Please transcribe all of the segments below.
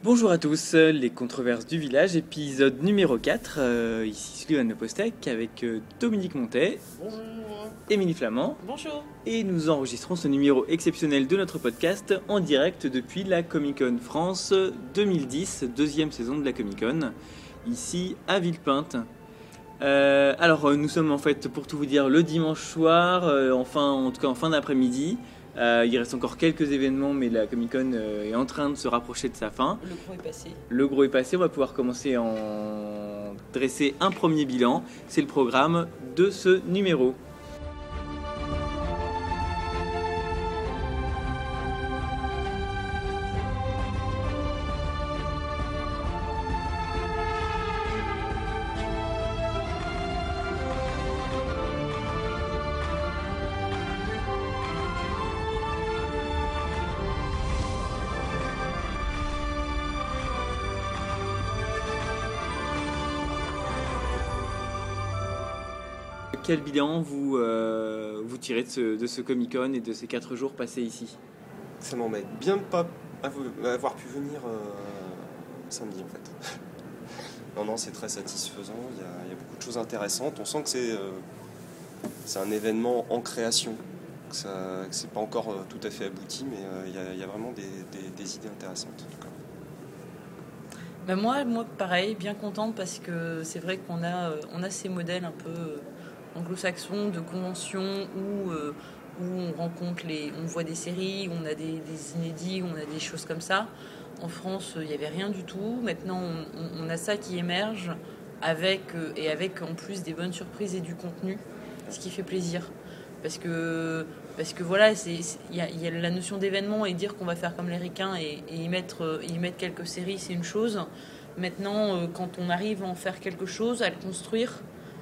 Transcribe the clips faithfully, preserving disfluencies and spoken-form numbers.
Bonjour à tous, les controverses du village, épisode numéro quatre, euh, ici Sylvain Lepostec avec euh, Dominique Montet, Bonjour. Émilie Flamand, Bonjour. et nous enregistrons ce numéro exceptionnel de notre podcast en direct depuis la Comic Con France deux mille dix, deuxième saison de la Comic Con, ici à Villepinte. Euh, alors nous sommes en fait, pour tout vous dire, le dimanche soir, euh, enfin, en tout cas en fin d'après-midi. Euh, il reste encore quelques événements, mais la Comic Con euh, est en train de se rapprocher de sa fin. Le gros est passé. Le gros est passé, on va pouvoir commencer à en dresser un premier bilan. C'est le programme de ce numéro. Quel bilan vous, euh, vous tirez de ce, de ce Comic-Con et de ces quatre jours passés ici? Ça m'embête bien de pas avoir pu venir euh, samedi en fait. Non, non, c'est très satisfaisant, il y, a, il y a beaucoup de choses intéressantes. On sent que c'est euh, c'est un événement en création, que, ça, que c'est pas encore euh, tout à fait abouti, mais euh, il, y a, il y a vraiment des, des, des idées intéressantes en tout cas. Ben moi, moi, pareil, bien contente parce que c'est vrai qu'on a, on a ces modèles un peu anglo-saxons de conventions où, euh, où on rencontre les, on voit des séries, où on a des, des inédits, où on a des choses comme ça. En France, il n'y avait rien du tout. Maintenant, on, on a ça qui émerge avec, et avec en plus des bonnes surprises et du contenu, ce qui fait plaisir. Parce que, parce que voilà, il y, y a la notion d'événement et dire qu'on va faire comme les ricains et, et y, mettre, y mettre quelques séries, c'est une chose. Maintenant, quand on arrive à en faire quelque chose, à le construire,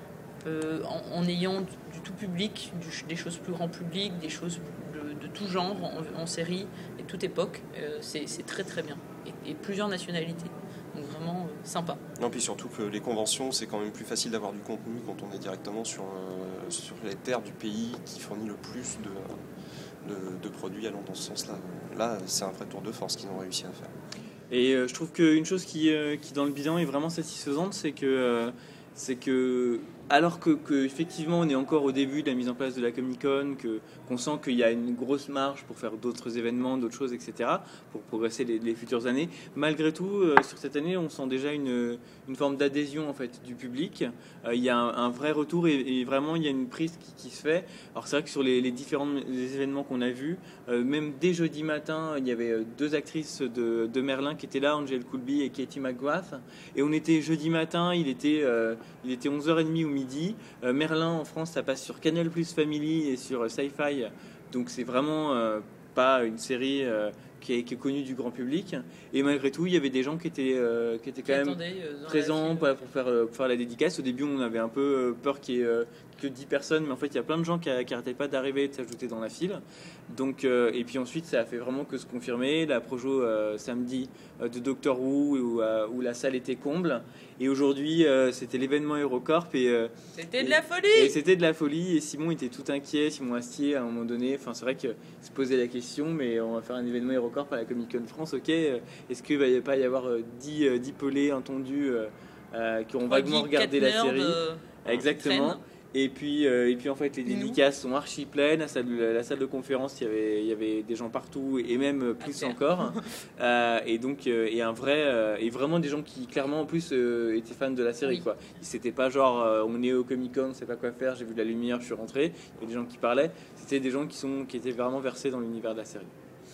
euh, en, en ayant du, du tout public, du, des choses plus grand public, des choses de, de tout genre en, en série et toute époque, euh, c'est, c'est très très bien. Et, et plusieurs nationalités. Donc vraiment euh, sympa. Non, puis surtout que les conventions, c'est quand même plus facile d'avoir du contenu quand on est directement sur, euh, sur les terres du pays qui fournit le plus de, de, de produits allant dans ce sens-là. Là, c'est un vrai tour de force qu'ils ont réussi à faire. Et euh, je trouve qu'une chose qui, euh, qui, dans le bilan, est vraiment satisfaisante, c'est que, euh, c'est que alors que, que effectivement on est encore au début de la mise en place de la Comic Con, que, qu'on sent qu'il y a une grosse marge pour faire d'autres événements, d'autres choses, et cetera, pour progresser les, les futures années, malgré tout, euh, sur cette année, on sent déjà une, une forme d'adhésion en fait, du public. Euh, il y a un, un vrai retour et, et vraiment il y a une prise qui, qui se fait. Alors c'est vrai que sur les, les différents les événements qu'on a vus, euh, même dès jeudi matin, il y avait deux actrices de, de Merlin qui étaient là, Angel Coulby et Katie McGrath, et on était jeudi matin, il était, euh, il était onze heures trente ou midi. Euh, Merlin en France, ça passe sur Canal Plus Family et sur euh, Sci-Fi, donc c'est vraiment euh, pas une série euh, qui, est, qui est connue du grand public. Et malgré tout, il y avait des gens qui étaient, euh, qui étaient quand qui même euh, présents pour, pour, faire, euh, pour faire la dédicace. Au début, on avait un peu peur qu'il y ait euh, que dix personnes, mais en fait, il y a plein de gens qui n'arrêtaient pas d'arriver et de s'ajouter dans la file. Donc, euh, et puis ensuite, ça a fait vraiment que se confirmer. La projo euh, samedi euh, de Doctor Who, où, euh, où la salle était comble. Et aujourd'hui, euh, c'était l'événement HeroCorp. Et, euh, c'était de la folie. Et c'était de la folie. Et Simon était tout inquiet, Simon Astier, à un moment donné. Enfin, c'est vrai qu'il se posait la question, mais on va faire un événement HeroCorp à la Comic Con France, ok. Est-ce qu'il ne va pas y avoir dix, dix pelés entendus euh, euh, qui ont vaguement regardé la série euh, Exactement. Et puis, euh, et puis en fait les dédicaces sont archi pleines. La salle, la salle de conférence, il y avait, il y avait des gens partout et même plus okay. encore. euh, et donc euh, et un vrai euh, et vraiment des gens qui clairement en plus euh, étaient fans de la série oui. quoi. C'était pas genre euh, on est au Comic Con, on sait pas quoi faire, j'ai vu la lumière, je suis rentré. Il y avait des gens qui parlaient. C'était des gens qui sont qui étaient vraiment versés dans l'univers de la série.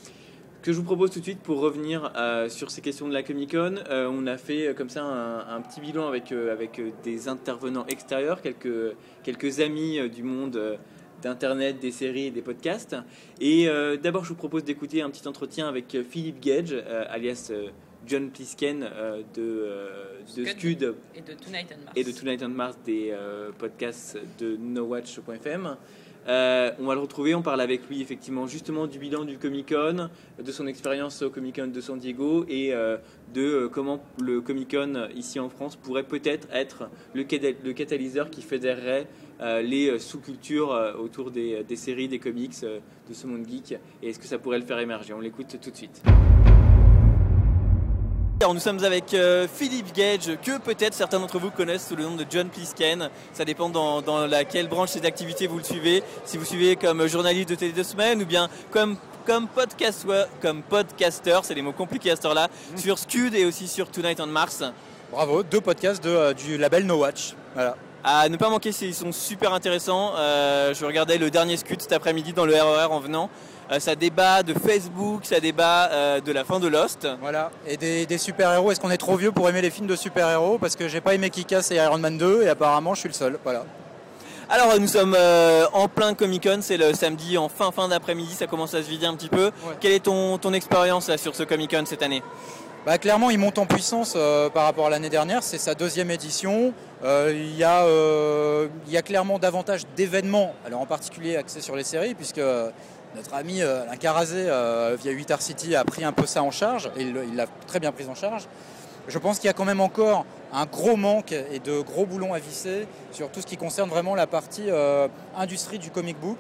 Que je vous propose tout de suite pour revenir euh, sur ces questions de la Comic Con, euh, on a fait euh, comme ça un, un petit bilan avec, euh, avec euh, des intervenants extérieurs, quelques, quelques amis euh, du monde euh, d'internet, des séries et des podcasts. Et euh, d'abord je vous propose d'écouter un petit entretien avec euh, Philippe Gage, euh, alias euh, John Plisken euh, de, euh, de Scud et de Tonight and Mars, et de Tonight and Mars des euh, podcasts de nowatch point f m. Euh, on va le retrouver, on parle avec lui effectivement justement du bilan du Comic Con, de son expérience au Comic Con de San Diego et euh, de euh, comment le Comic Con ici en France pourrait peut-être être le, le catalyseur qui fédérerait euh, les sous-cultures euh, autour des, des séries, des comics, euh, de ce monde geek, et est-ce que ça pourrait le faire émerger. On l'écoute tout de suite. car nous sommes avec euh, Philippe Gage, que peut-être certains d'entre vous connaissent sous le nom de John Plisken. Ça dépend dans, dans laquelle branche des activités vous le suivez. Si vous suivez comme journaliste de Télé deux Semaines ou bien comme, comme, podcast, comme podcaster, c'est des mots compliqués à cette heure-là, mmh. sur Scud et aussi sur Tonight on Mars. Bravo, deux podcasts de, euh, du label No Watch. Voilà. À ne pas manquer, ils sont super intéressants. Euh, je regardais le dernier Scud cet après-midi dans le R E R en venant. Euh, ça débat de Facebook, ça débat euh, de la fin de Lost. Voilà, et des, des super-héros. Est-ce qu'on est trop vieux pour aimer les films de super-héros? Parce que j'ai pas aimé Kick-Ass et Iron Man deux, et apparemment je suis le seul. Voilà. Alors nous sommes euh, en plein Comic-Con, c'est le samedi en fin fin d'après-midi, ça commence à se vider un petit peu. Ouais. Quelle est ton, ton expérience là, sur ce Comic-Con cette année? Bah, clairement, il monte en puissance euh, par rapport à l'année dernière. C'est sa deuxième édition. Euh, il, y a, euh, il y a clairement davantage d'événements, alors en particulier axés sur les séries, puisque euh, notre ami euh, Alain Carazé, euh, via huit Art City, a pris un peu ça en charge, et il, il l'a très bien pris en charge. Je pense qu'il y a quand même encore un gros manque et de gros boulons à visser sur tout ce qui concerne vraiment la partie euh, industrie du comic book.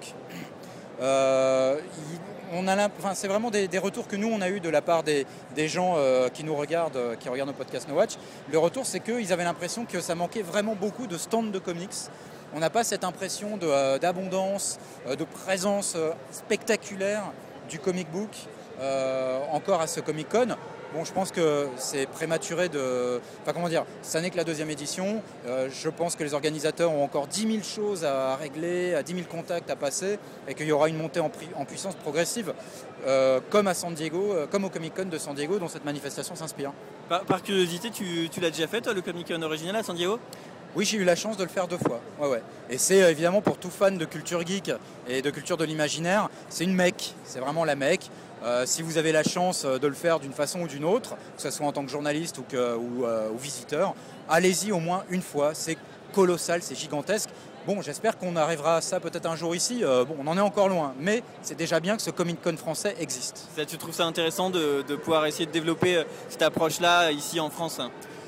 Euh, il, On a enfin, c'est vraiment des, des retours que nous on a eu de la part des, des gens euh, qui nous regardent, euh, qui regardent nos podcasts No Watch. Le retour, c'est qu'ils avaient l'impression que ça manquait vraiment beaucoup de stands de comics. On n'a pas cette impression de, euh, d'abondance, euh, de présence euh, spectaculaire du comic book euh, encore à ce Comic Con. Bon, je pense que c'est prématuré de... Enfin, comment dire, ça n'est que la deuxième édition. Euh, je pense que les organisateurs ont encore dix mille choses à régler, à dix mille contacts à passer, et qu'il y aura une montée en, pu- en puissance progressive, euh, comme à San Diego, euh, comme au Comic-Con de San Diego, dont cette manifestation s'inspire. Par, par curiosité, tu, tu l'as déjà fait, toi, le Comic-Con original à San Diego? Oui, j'ai eu la chance de le faire deux fois. Ouais, ouais. Et c'est euh, évidemment pour tout fan de culture geek et de culture de l'imaginaire, c'est une mecque, c'est vraiment la mecque. Euh, si vous avez la chance de le faire d'une façon ou d'une autre, que ce soit en tant que journaliste ou, que, ou, euh, ou visiteur, allez-y au moins une fois, c'est colossal, c'est gigantesque. Bon, j'espère qu'on arrivera à ça peut-être un jour ici, euh, bon, on en est encore loin, mais c'est déjà bien que ce Comic-Con français existe. Ça, tu trouves ça intéressant de, de pouvoir essayer de développer cette approche-là ici en France?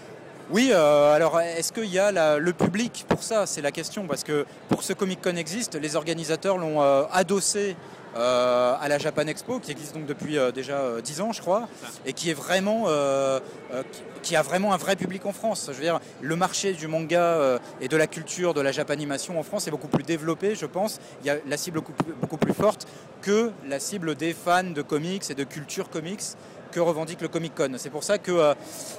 Oui, euh, alors est-ce qu'il y a la, le public pour ça? C'est la question, parce que pour que ce Comic-Con existe, les organisateurs l'ont euh, adossé Euh, à la Japan Expo, qui existe donc depuis euh, déjà euh, dix ans, je crois, et qui est vraiment, euh, euh, qui, qui a vraiment un vrai public en France. Je veux dire, le marché du manga euh, et de la culture de la Japanimation en France est beaucoup plus développé, je pense. Il y a la cible beaucoup, beaucoup plus forte que la cible des fans de comics et de culture comics que revendique le Comic-Con. C'est pour ça que euh,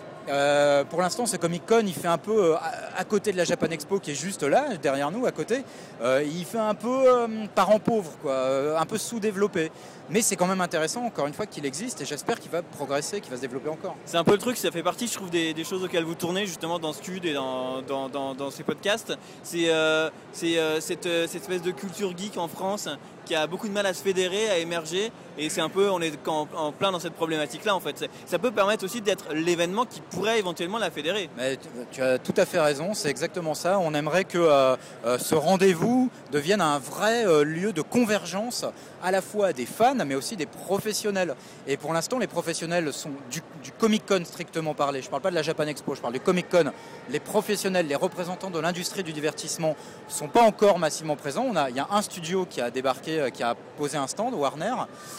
Euh, pour l'instant, ce Comic-Con, il fait un peu euh, à, à côté de la Japan Expo, qui est juste là, derrière nous, à côté. Euh, il fait un peu euh, parent pauvre, quoi, euh, un peu sous-développé. Mais c'est quand même intéressant, encore une fois, qu'il existe, et j'espère qu'il va progresser, qu'il va se développer encore. C'est un peu le truc, ça fait partie, je trouve, des, des choses auxquelles vous tournez, justement, dans Scud et dans, dans, dans, dans ces podcasts. C'est, euh, c'est euh, cette, cette espèce de culture geek en France qui a beaucoup de mal à se fédérer, à émerger, et c'est un peu, on est en, en plein dans cette problématique-là, en fait. Ça peut permettre aussi d'être l'événement qui pourrait éventuellement la fédérer. Mais tu, tu as tout à fait raison, c'est exactement ça. On aimerait que euh, euh, ce rendez-vous devienne un vrai euh, lieu de convergence, à la fois des fans, mais aussi des professionnels. Et pour l'instant, les professionnels sont du, du Comic-Con strictement parlé. Je ne parle pas de la Japan Expo, je parle du Comic-Con. Les professionnels, les représentants de l'industrie du divertissement ne sont pas encore massivement présents. On a, il y a un studio qui a débarqué, qui a posé un stand, Warner.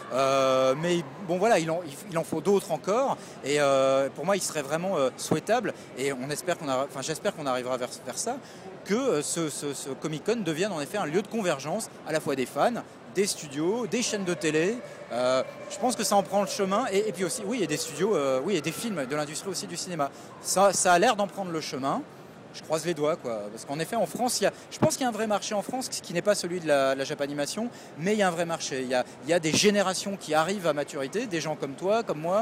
Euh, mais bon, voilà, il en, il en faut d'autres encore. Et euh, pour moi, il serait vraiment euh, souhaitable, et on espère qu'on a, enfin, j'espère qu'on arrivera vers, vers ça, que euh, ce, ce, ce Comic-Con devienne en effet un lieu de convergence à la fois des fans, des studios, des chaînes de télé. Euh, je pense que ça en prend le chemin. Et, et puis aussi, oui, il y a des studios, euh, oui, il y a des films, de l'industrie aussi du cinéma. Ça, ça a l'air d'en prendre le chemin. Je croise les doigts, quoi. Parce qu'en effet, en France, il y a, je pense qu'il y a un vrai marché en France qui n'est pas celui de la, la Japanimation, mais il y a un vrai marché. Il y a, il y a des générations qui arrivent à maturité, des gens comme toi, comme moi,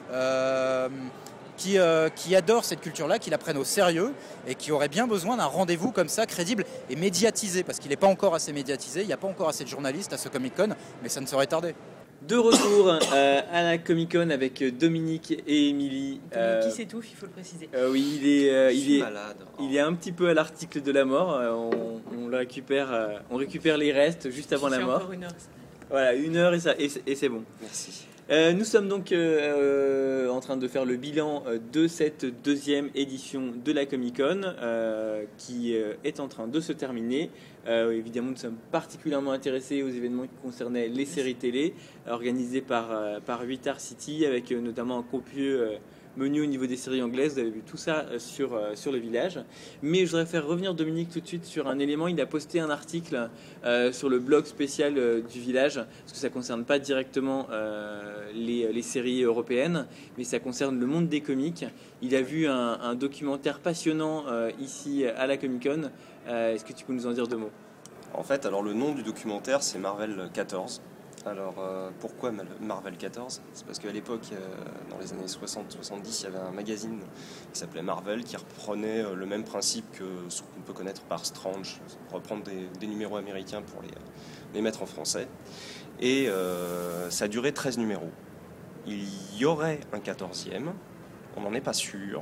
euh, qui, euh, qui adorent cette culture-là, qui la prennent au sérieux et qui auraient bien besoin d'un rendez-vous comme ça, crédible et médiatisé, parce qu'il n'est pas encore assez médiatisé, il n'y a pas encore assez de journalistes à ce Comic-Con, mais ça ne saurait tarder. De retour euh, à la Comic-Con avec Dominique et Émilie. Dominique euh, qui s'étouffe, il faut le préciser. Euh, oui, il est, euh, il, est, malade. Oh. il est un petit peu à l'article de la mort. Euh, on, on, le récupère, euh, on récupère les restes juste avant la mort. Encore une heure. Voilà, une heure et, ça, et, et c'est bon. Merci. Euh, nous sommes donc euh, en train de faire le bilan de cette deuxième édition de la Comic-Con euh, qui euh, est en train de se terminer. Euh, évidemment, nous sommes particulièrement intéressés aux événements qui concernaient les séries télé organisées par, euh, par huit Art City, avec euh, notamment un copieux, euh, menu au niveau des séries anglaises. Vous avez vu tout ça euh, sur, euh, sur le village. Mais je voudrais faire revenir Dominique tout de suite sur un élément. Il a posté un article euh, sur le blog spécial euh, du village, parce que ça ne concerne pas directement euh, les, les séries européennes, mais ça concerne le monde des comics. Il a vu un, un documentaire passionnant euh, ici à la Comic-Con. Euh, est-ce que tu peux nous en dire deux mots ? En fait, alors le nom du documentaire, c'est Marvel quatorze. Alors euh, pourquoi Marvel quatorze ? C'est parce qu'à l'époque, euh, dans les années soixante soixante-dix, il y avait un magazine qui s'appelait Marvel qui reprenait euh, le même principe que ce qu'on peut connaître par Strange, reprendre des, des numéros américains pour les, les mettre en français. Et euh, ça a duré treize numéros. Il y aurait un quatorzième, on n'en est pas sûr.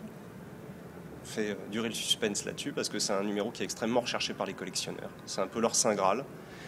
On fait durer le suspense là-dessus parce que c'est un numéro qui est extrêmement recherché par les collectionneurs. C'est un peu leur saint graal.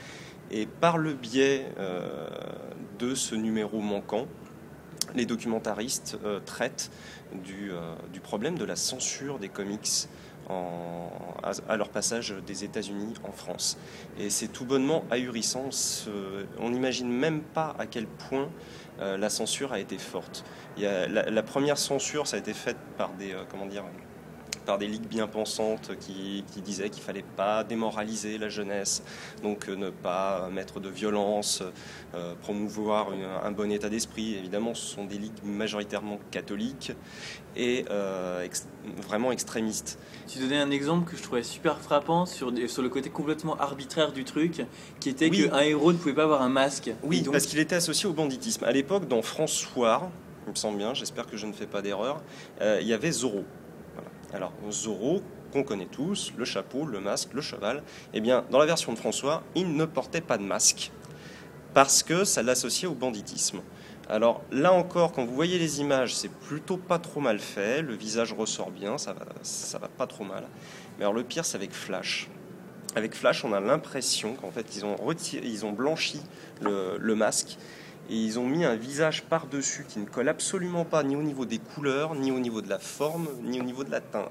Et par le biais euh, de ce numéro manquant, les documentaristes euh, traitent du, euh, du problème de la censure des comics en, à, à leur passage des États-Unis en France. Et c'est tout bonnement ahurissant. Ce, on n'imagine même pas à quel point euh, la censure a été forte. Il y a, la, la première censure, ça a été faite par des, euh, comment dire, par des ligues bien pensantes qui, qui disaient qu'il ne fallait pas démoraliser la jeunesse, donc euh, ne pas mettre de violence, euh, promouvoir une, un bon état d'esprit. Évidemment, ce sont des ligues majoritairement catholiques et euh, ex, vraiment extrémistes. Tu donnais un exemple que je trouvais super frappant sur, sur le côté complètement arbitraire du truc, qui était oui. qu'un héros ne pouvait pas avoir un masque. Oui, donc... parce qu'il était associé au banditisme. À l'époque, dans François, il me semble bien, j'espère que je ne fais pas d'erreur, euh, il y avait Zorro. Alors, Zorro, qu'on connaît tous, le chapeau, le masque, le cheval, eh bien, dans la version de François, il ne portait pas de masque parce que ça l'associait au banditisme. Alors, là encore, quand vous voyez les images, c'est plutôt pas trop mal fait, le visage ressort bien, ça va, ça va pas trop mal. Mais alors, le pire, c'est avec Flash. Avec Flash, on a l'impression qu'en fait, ils ont, retiré, ils ont blanchi le, le masque et ils ont mis un visage par-dessus qui ne colle absolument pas ni au niveau des couleurs, ni au niveau de la forme, ni au niveau de la teinte.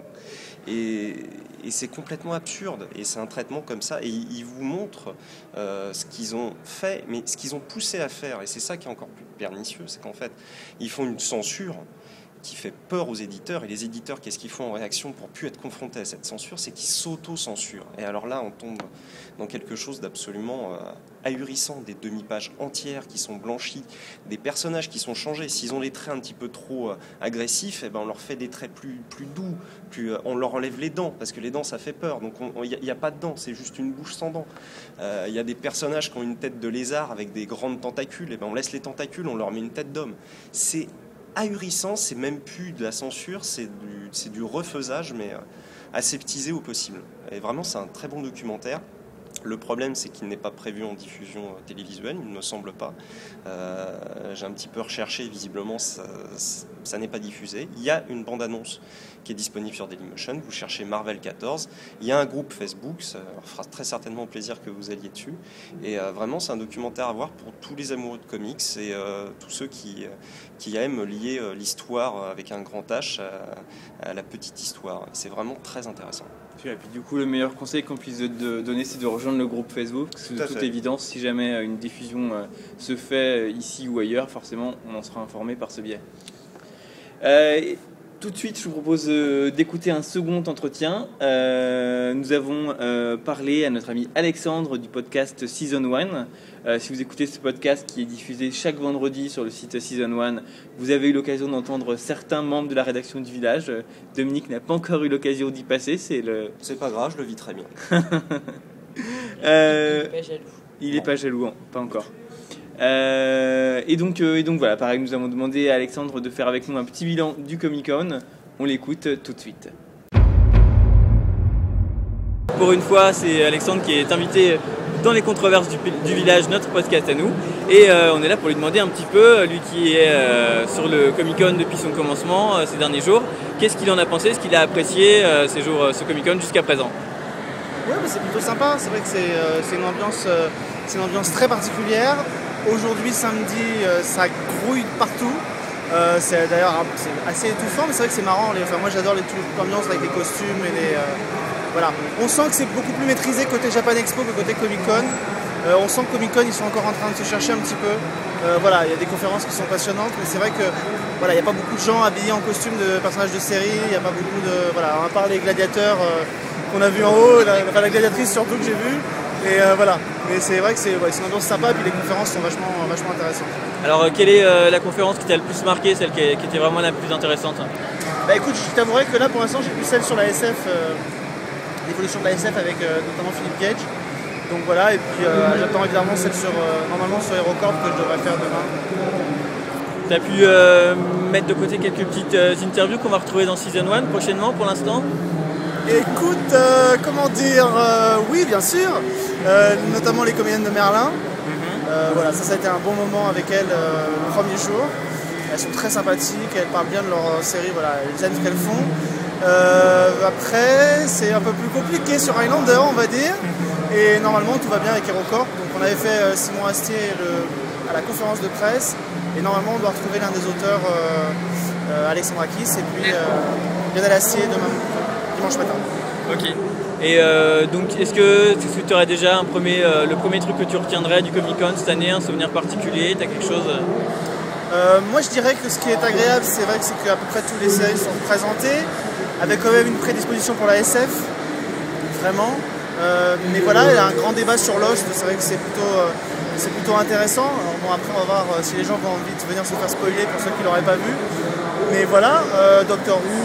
Et, et c'est complètement absurde. Et c'est un traitement comme ça. Et ils vous montrent euh, ce qu'ils ont fait, mais ce qu'ils ont poussé à faire. Et c'est ça qui est encore plus pernicieux, c'est qu'en fait, ils font une censure qui fait peur aux éditeurs. Et les éditeurs, qu'est-ce qu'ils font en réaction pour ne plus être confrontés à cette censure ? C'est qu'ils s'auto-censurent. Et alors là, on tombe dans quelque chose d'absolument euh, ahurissant. Des demi-pages entières qui sont blanchies, des personnages qui sont changés. S'ils ont les traits un petit peu trop euh, agressifs, eh ben, on leur fait des traits plus, plus doux. Plus, euh, on leur enlève les dents, parce que les dents, ça fait peur. Donc il n'y a, a pas de dents, c'est juste une bouche sans dents. Il euh, y a des personnages qui ont une tête de lézard avec des grandes tentacules. Eh ben, on laisse les tentacules, on leur met une tête d'homme. C'est ahurissant, c'est même plus de la censure, c'est du, c'est du refaisage, mais aseptisé au possible. Et vraiment, c'est un très bon documentaire. Le problème, c'est qu'il n'est pas prévu en diffusion télévisuelle, il ne me semble pas. Euh, j'ai un petit peu recherché, visiblement, ça, ça n'est pas diffusé. Il y a une bande-annonce qui est disponible sur Dailymotion. Vous cherchez Marvel quatorze. Il y a un groupe Facebook, ça leur fera très certainement plaisir que vous alliez dessus. Et euh, vraiment, c'est un documentaire à voir pour tous les amoureux de comics et euh, tous ceux qui, qui aiment lier euh, l'histoire avec un grand H à, à la petite histoire. Et c'est vraiment très intéressant. Et puis du coup, le meilleur conseil qu'on puisse de donner, c'est de rejoindre le groupe Facebook. Parce que de toute évidence, si jamais une diffusion euh, se fait ici ou ailleurs, forcément, on en sera informé par ce biais. Euh, tout de suite, je vous propose euh, d'écouter un second entretien. Euh, nous avons euh, parlé à notre ami Alexandre du podcast Season un. Euh, si vous écoutez ce podcast qui est diffusé chaque vendredi sur le site Season un, vous avez eu l'occasion d'entendre certains membres de la rédaction du village. Dominique n'a pas encore eu l'occasion d'y passer. C'est, le... c'est pas grave, je le vis très bien. euh, il n'est pas jaloux. Il n'est pas jaloux, hein, pas encore. Euh, et, donc, euh, et donc voilà, pareil, nous avons demandé à Alexandre de faire avec nous un petit bilan du Comic-Con. On l'écoute tout de suite. Pour une fois, c'est Alexandre qui est invité dans les controverses du, du village, notre podcast à nous. Et euh, on est là pour lui demander un petit peu, lui qui est euh, sur le Comic-Con depuis son commencement, euh, ces derniers jours, qu'est-ce qu'il en a pensé, ce qu'il a apprécié euh, ces jours, ce Comic-Con jusqu'à présent. Ouais, bah c'est plutôt sympa, c'est vrai que c'est, euh, c'est, une ambiance, euh, c'est une ambiance très particulière. Aujourd'hui, samedi, euh, ça grouille partout. Euh, c'est d'ailleurs c'est assez étouffant, mais c'est vrai que c'est marrant. Les, enfin, moi, j'adore les, l'ambiance avec les costumes et les... Euh, voilà. On sent que c'est beaucoup plus maîtrisé côté Japan Expo que côté Comic-Con. Euh, on sent que Comic Con, ils sont encore en train de se chercher un petit peu. Euh, voilà, il y a des conférences qui sont passionnantes, mais c'est vrai que voilà, il n'y a pas beaucoup de gens habillés en costume de personnages de série. Il n'y a pas beaucoup de voilà, à part les gladiateurs euh, qu'on a vus en haut, la, enfin, la gladiatrice surtout que j'ai vue. Et euh, voilà, mais c'est vrai que c'est ouais, une ambiance sympa, et puis les conférences sont vachement, vachement intéressantes. Alors, euh, quelle est euh, la conférence qui t'a le plus marqué, celle qui, est, qui était vraiment la plus intéressante? Bah écoute, je t'avouerai que là pour l'instant j'ai plus celle sur la S F, euh, l'évolution de la S F avec euh, notamment Philippe Gage. Donc voilà, et puis euh, j'attends évidemment celle sur, euh, normalement sur HeroCorp que je devrais faire demain. Tu as pu euh, mettre de côté quelques petites euh, interviews qu'on va retrouver dans Season un prochainement pour l'instant? Écoute, euh, comment dire, euh, oui bien sûr, euh, notamment les comédiennes de Merlin. Mm-hmm. euh, voilà, ça, ça a été un bon moment avec elles euh, le premier jour. Elles sont très sympathiques, elles parlent bien de leur série, voilà, elles aiment ce qu'elles font. Euh, après, c'est un peu plus compliqué sur Highlander, on va dire. Et normalement, tout va bien avec HeroCorp. Donc, on avait fait euh, Simon Astier le, à la conférence de presse. Et normalement, on doit retrouver l'un des auteurs, euh, euh, Alexandre Akis, et puis euh, Lionel Astier demain, dimanche matin. Ok. Et euh, donc, est-ce que tu aurais déjà un premier, euh, le premier truc que tu retiendrais du Comic-Con cette année, un souvenir particulier? Tu as quelque chose euh, Moi, je dirais que ce qui est agréable, c'est vrai que c'est qu'à peu près toutes les séries sont présentées, avec quand même une prédisposition pour la S F, vraiment. Euh, mais voilà, il y a un grand débat sur Lost, c'est vrai que c'est plutôt, euh, c'est plutôt intéressant. Alors bon, après on va voir euh, si les gens vont envie de venir se faire spoiler pour ceux qui ne l'auraient pas vu. Mais voilà, euh, Doctor Who,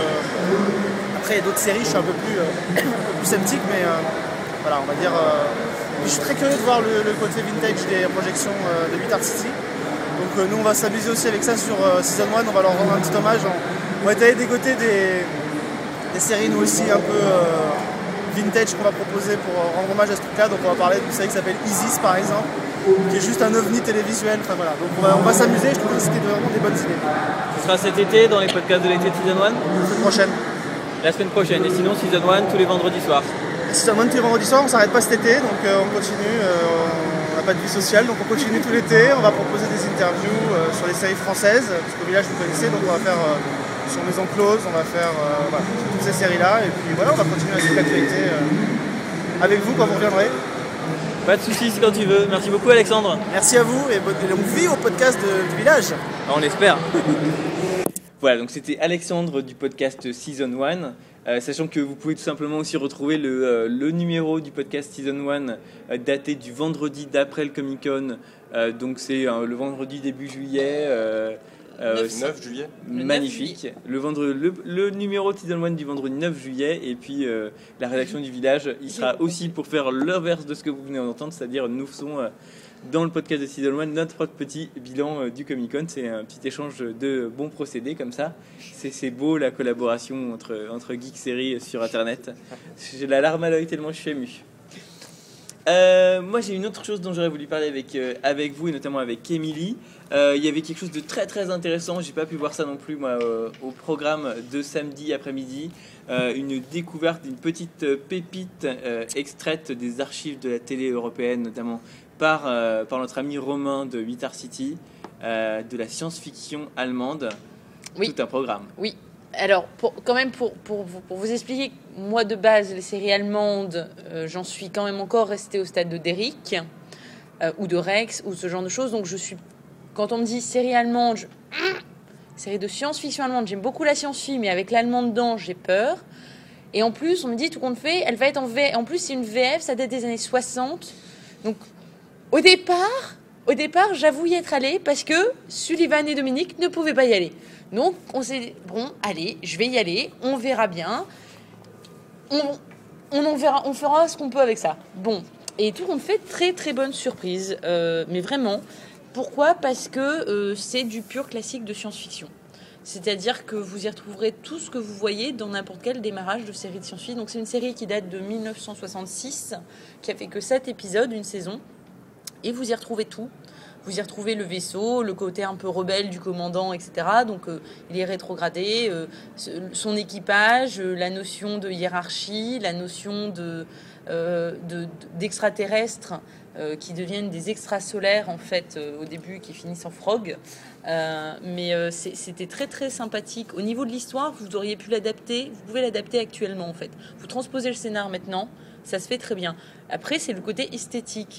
euh, après il y a d'autres séries, je suis un peu plus, euh, un peu plus sceptique, mais euh, voilà, on va dire... Euh, je suis très curieux de voir le, le côté vintage des projections euh, de huit Art City. Donc euh, nous on va s'amuser aussi avec ça sur euh, Season un, on va leur rendre un petit hommage. On, on va essayer dégoter des, des séries nous aussi un peu... Euh, vintage qu'on va proposer pour rendre hommage à ce truc-là. Donc on va parler d'une série qui s'appelle Isis par exemple, qui est juste un ovni télévisuel. Enfin voilà, donc on va, on va s'amuser. Je trouve que c'était vraiment des bonnes idées. Ce sera cet été dans les podcasts de l'été de Season un? La semaine prochaine. La semaine prochaine. Et sinon Season un tous les vendredis soirs? Season un tous les vendredis soirs, on s'arrête pas cet été, donc euh, on continue. Euh, on n'a pas de vie sociale, donc on continue tout l'été. On va proposer des interviews euh, sur les séries françaises, parce qu'au village vous connaissez, donc on va faire euh, sur Maison Close, on va faire euh, voilà, toutes ces séries-là, et puis voilà, on va continuer à suivre l'actualité euh, avec vous quand vous reviendrez. Pas de soucis, c'est quand tu veux. Merci beaucoup Alexandre. Merci à vous, et bonne longue vie au podcast de, du village. On l'espère. Voilà, donc c'était Alexandre du podcast Season un. Euh, sachant que vous pouvez tout simplement aussi retrouver le, euh, le numéro du podcast Season un euh, daté du vendredi d'après le Comic Con. Euh, donc c'est euh, le vendredi début juillet. Euh, Euh, neuf juillet. Magnifique. Le, vendre, le, le numéro Season un du vendredi neuf juillet. Et puis euh, la rédaction du village, il sera aussi pour faire l'inverse de ce que vous venez d'entendre, c'est-à-dire nous faisons euh, dans le podcast de Season un notre petit bilan euh, du Comic Con. C'est un petit échange de bons procédés comme ça. C'est, c'est beau la collaboration entre, entre Geek Série sur Internet. J'ai la larme à l'œil tellement je suis ému. Euh, moi j'ai une autre chose dont j'aurais voulu parler avec, euh, avec vous et notamment avec Émilie. Euh, il y avait quelque chose de très très intéressant, j'ai pas pu voir ça non plus moi euh, au programme de samedi après-midi. Euh, une découverte d'une petite pépite euh, extraite des archives de la télé européenne, notamment par, euh, par notre ami Romain de huit Art City, euh, de la science-fiction allemande. Oui. Tout un programme. Oui. Alors, pour, quand même, pour, pour, vous, pour vous expliquer, moi, de base, les séries allemandes, euh, j'en suis quand même encore restée au stade de Derrick, euh, ou de Rex, ou ce genre de choses. Donc, je suis... Quand on me dit série allemande, je... série de science-fiction allemande, j'aime beaucoup la science-fiction, mais avec l'allemand dedans, j'ai peur. Et en plus, on me dit, tout compte fait, elle va être en V F. En plus, c'est une V F, ça date des années soixante. Donc, au départ, au départ, j'avoue y être allée, parce que Sullivan et Dominique ne pouvaient pas y aller. Donc, on s'est dit, bon, allez, je vais y aller, on verra bien. On, on, en verra, on fera ce qu'on peut avec ça. Bon, et tout compte fait, très très bonne surprise, euh, mais vraiment. Pourquoi ? Parce que euh, c'est du pur classique de science-fiction. C'est-à-dire que vous y retrouverez tout ce que vous voyez dans n'importe quel démarrage de série de science-fiction. Donc, c'est une série qui date de dix-neuf cent soixante-six, qui a fait que sept épisodes, une saison, et vous y retrouvez tout. Vous y retrouvez le vaisseau, le côté un peu rebelle du commandant, et cetera. Donc, euh, il est rétrogradé, euh, son équipage, euh, la notion de hiérarchie, la notion de, euh, de, d'extraterrestres euh, qui deviennent des extrasolaires, en fait, euh, au début, qui finissent en frog. Euh, mais euh, c'est, c'était très, très sympathique. Au niveau de l'histoire, vous auriez pu l'adapter, vous pouvez l'adapter actuellement, en fait. Vous transposez le scénar maintenant, ça se fait très bien. Après, c'est le côté esthétique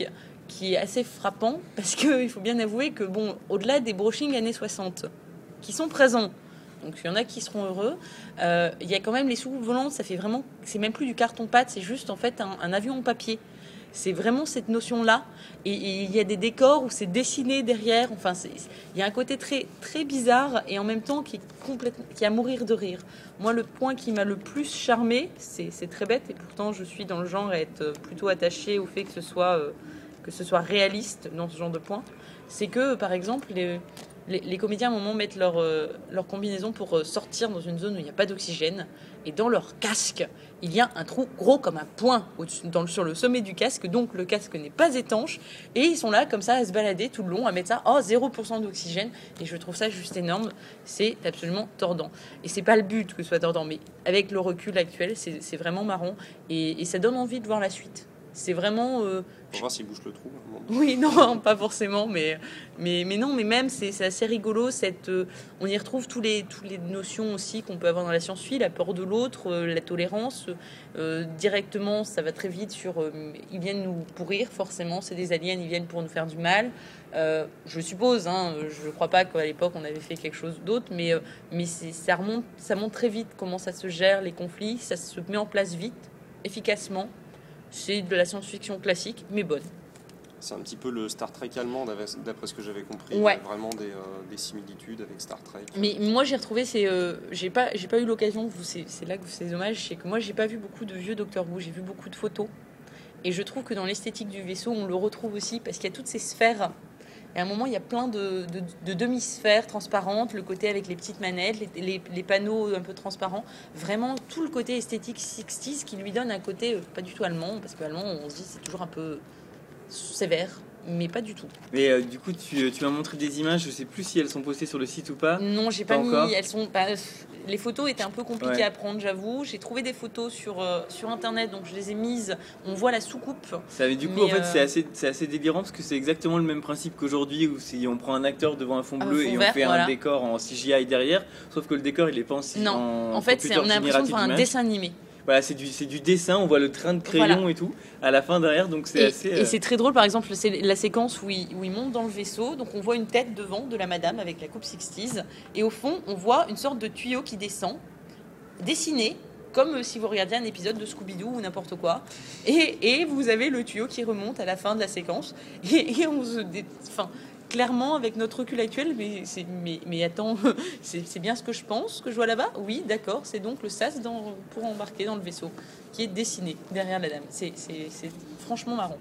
qui est assez frappant, parce qu'il faut bien avouer que, bon, au-delà des brushings années soixante, qui sont présents, donc il y en a qui seront heureux, euh, il y a quand même les soucoupes volantes, ça fait vraiment, c'est même plus du carton-pâte, c'est juste en fait un, un avion en papier. C'est vraiment cette notion-là. Et, et il y a des décors où c'est dessiné derrière. Enfin, c'est, il y a un côté très, très bizarre et en même temps qui est complètement, qui est à mourir de rire. Moi, le point qui m'a le plus charmé, c'est, c'est très bête et pourtant je suis dans le genre à être plutôt attachée au fait que ce soit, euh, que ce soit réaliste dans ce genre de point. C'est que, par exemple, les, les, les comédiens à un moment mettent leur, euh, leur combinaison pour sortir dans une zone où il n'y a pas d'oxygène. Et dans leur casque, il y a un trou gros comme un poing au-dessus, dans le, sur le sommet du casque, donc le casque n'est pas étanche, et ils sont là comme ça à se balader tout le long, à mettre ça, oh, zéro pour cent d'oxygène, et je trouve ça juste énorme, c'est absolument tordant. Et c'est pas le but que ce soit tordant, mais avec le recul actuel, c'est, c'est vraiment marrant, et, et ça donne envie de voir la suite. C'est vraiment... Euh, Pour voir s'il bouge le trou. Oui, non, pas forcément, mais, mais, mais non, mais même, c'est, c'est assez rigolo. Cette, euh, on y retrouve tous les, toutes les notions aussi qu'on peut avoir dans la science-fiction, la peur de l'autre, euh, la tolérance. Euh, directement, ça va très vite sur... Euh, ils viennent nous pourrir, forcément, c'est des aliens, ils viennent pour nous faire du mal. Euh, je suppose, hein, je ne crois pas qu'à l'époque, on avait fait quelque chose d'autre, mais, euh, mais c'est, ça, remonte, ça montre très vite comment ça se gère, les conflits, ça se met en place vite, efficacement. C'est de la science-fiction classique, mais bonne. C'est un petit peu le Star Trek allemand, d'après ce que j'avais compris. Ouais. Il y a vraiment des, euh, des similitudes avec Star Trek. Mais moi, j'ai retrouvé, c'est, euh, j'ai pas, j'ai pas eu l'occasion. C'est, c'est là que c'est dommage, c'est que moi, j'ai pas vu beaucoup de vieux Doctor Who. J'ai vu beaucoup de photos, et je trouve que dans l'esthétique du vaisseau, on le retrouve aussi parce qu'il y a toutes ces sphères. Et à un moment, il y a plein de, de, de demi-sphères transparentes, le côté avec les petites manettes, les, les, les panneaux un peu transparents. Vraiment, tout le côté esthétique soixante qui lui donne un côté euh, pas du tout allemand, parce que allemand, on se dit, c'est toujours un peu sévère, mais pas du tout. Mais euh, du coup, tu, tu m'as montré des images, je sais plus si elles sont postées sur le site ou pas. Non, j'ai pas, pas mis. encore. Elles sont pas. Les photos étaient un peu compliquées Ouais. à prendre, j'avoue. J'ai trouvé des photos sur, euh, sur internet, donc je les ai mises. On voit la soucoupe. Ça, mais du coup, Mais en fait, euh, c'est assez, c'est assez délirant parce que c'est exactement le même principe qu'aujourd'hui où si on prend un acteur devant un fond Un bleu fond et vert, on fait voilà. un décor en C G I derrière, sauf que le décor il est pas en, C- Non, en, en fait, c'est, on a l'impression de voir un d'image. dessin animé. Voilà, c'est du, c'est du dessin, on voit le train de crayon Voilà. et tout à la fin derrière, donc c'est Et, assez. et euh, c'est très drôle, par exemple, c'est la séquence où il, où il monte dans le vaisseau. Donc on voit une tête devant de la madame avec la coupe soixante. Et au fond, on voit une sorte de tuyau qui descend, dessiné, comme euh, si vous regardiez un épisode de Scooby-Doo ou n'importe quoi. Et, et vous avez le tuyau qui remonte à la fin de la séquence. Et, et on se... dé- Enfin, clairement, avec notre recul actuel, mais, c'est, mais, mais attends, c'est, c'est bien ce que je pense, que je vois là-bas. Oui, d'accord, c'est donc le sas dans, pour embarquer dans le vaisseau, qui est dessiné derrière la dame. C'est, c'est, c'est franchement marrant.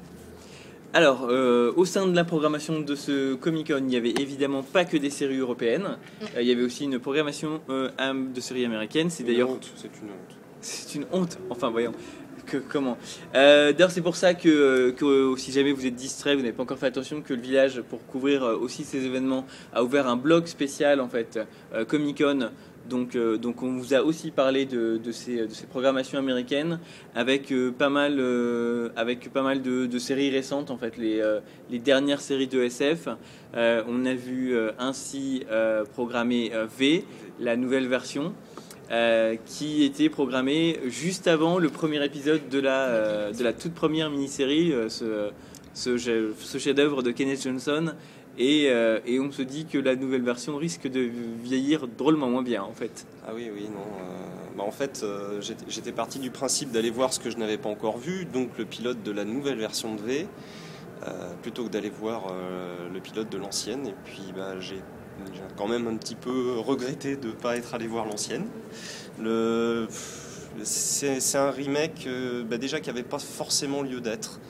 Alors, euh, au sein de la programmation de ce Comic-Con, il n'y avait évidemment pas que des séries européennes. Mm. Euh, il y avait aussi une programmation euh, am- de séries américaines. C'est Une d'ailleurs honte, c'est une honte. c'est une honte. Enfin, voyons. Que, comment euh, D'ailleurs, c'est pour ça que, que si jamais vous êtes distrait, vous n'avez pas encore fait attention, que le village, pour couvrir euh, aussi ces événements, a ouvert un blog spécial en fait, euh, Comic-Con. Donc, euh, donc, on vous a aussi parlé de, de, ces, de ces programmations américaines avec euh, pas mal, euh, avec pas mal de, de séries récentes en fait, les, euh, les dernières séries de S F. Euh, on a vu euh, ainsi euh, programmer euh, V, la nouvelle version. Euh, qui était programmé juste avant le premier épisode de la, euh, de la toute première mini-série, euh, ce, ce, ce chef-d'œuvre de Kenneth Johnson. Et, euh, et on se dit que la nouvelle version risque de vieillir drôlement moins bien, en fait. Ah oui, oui, non. euh, bah en fait, euh, j'étais, j'étais parti du principe d'aller voir ce que je n'avais pas encore vu, donc le pilote de la nouvelle version de V, euh, plutôt que d'aller voir euh, le pilote de l'ancienne. Et puis, bah, j'ai J'ai quand même un petit peu regretté de ne pas être allé voir l'ancienne. Le... C'est, c'est un remake euh, bah déjà qui n'avait pas forcément lieu d'être,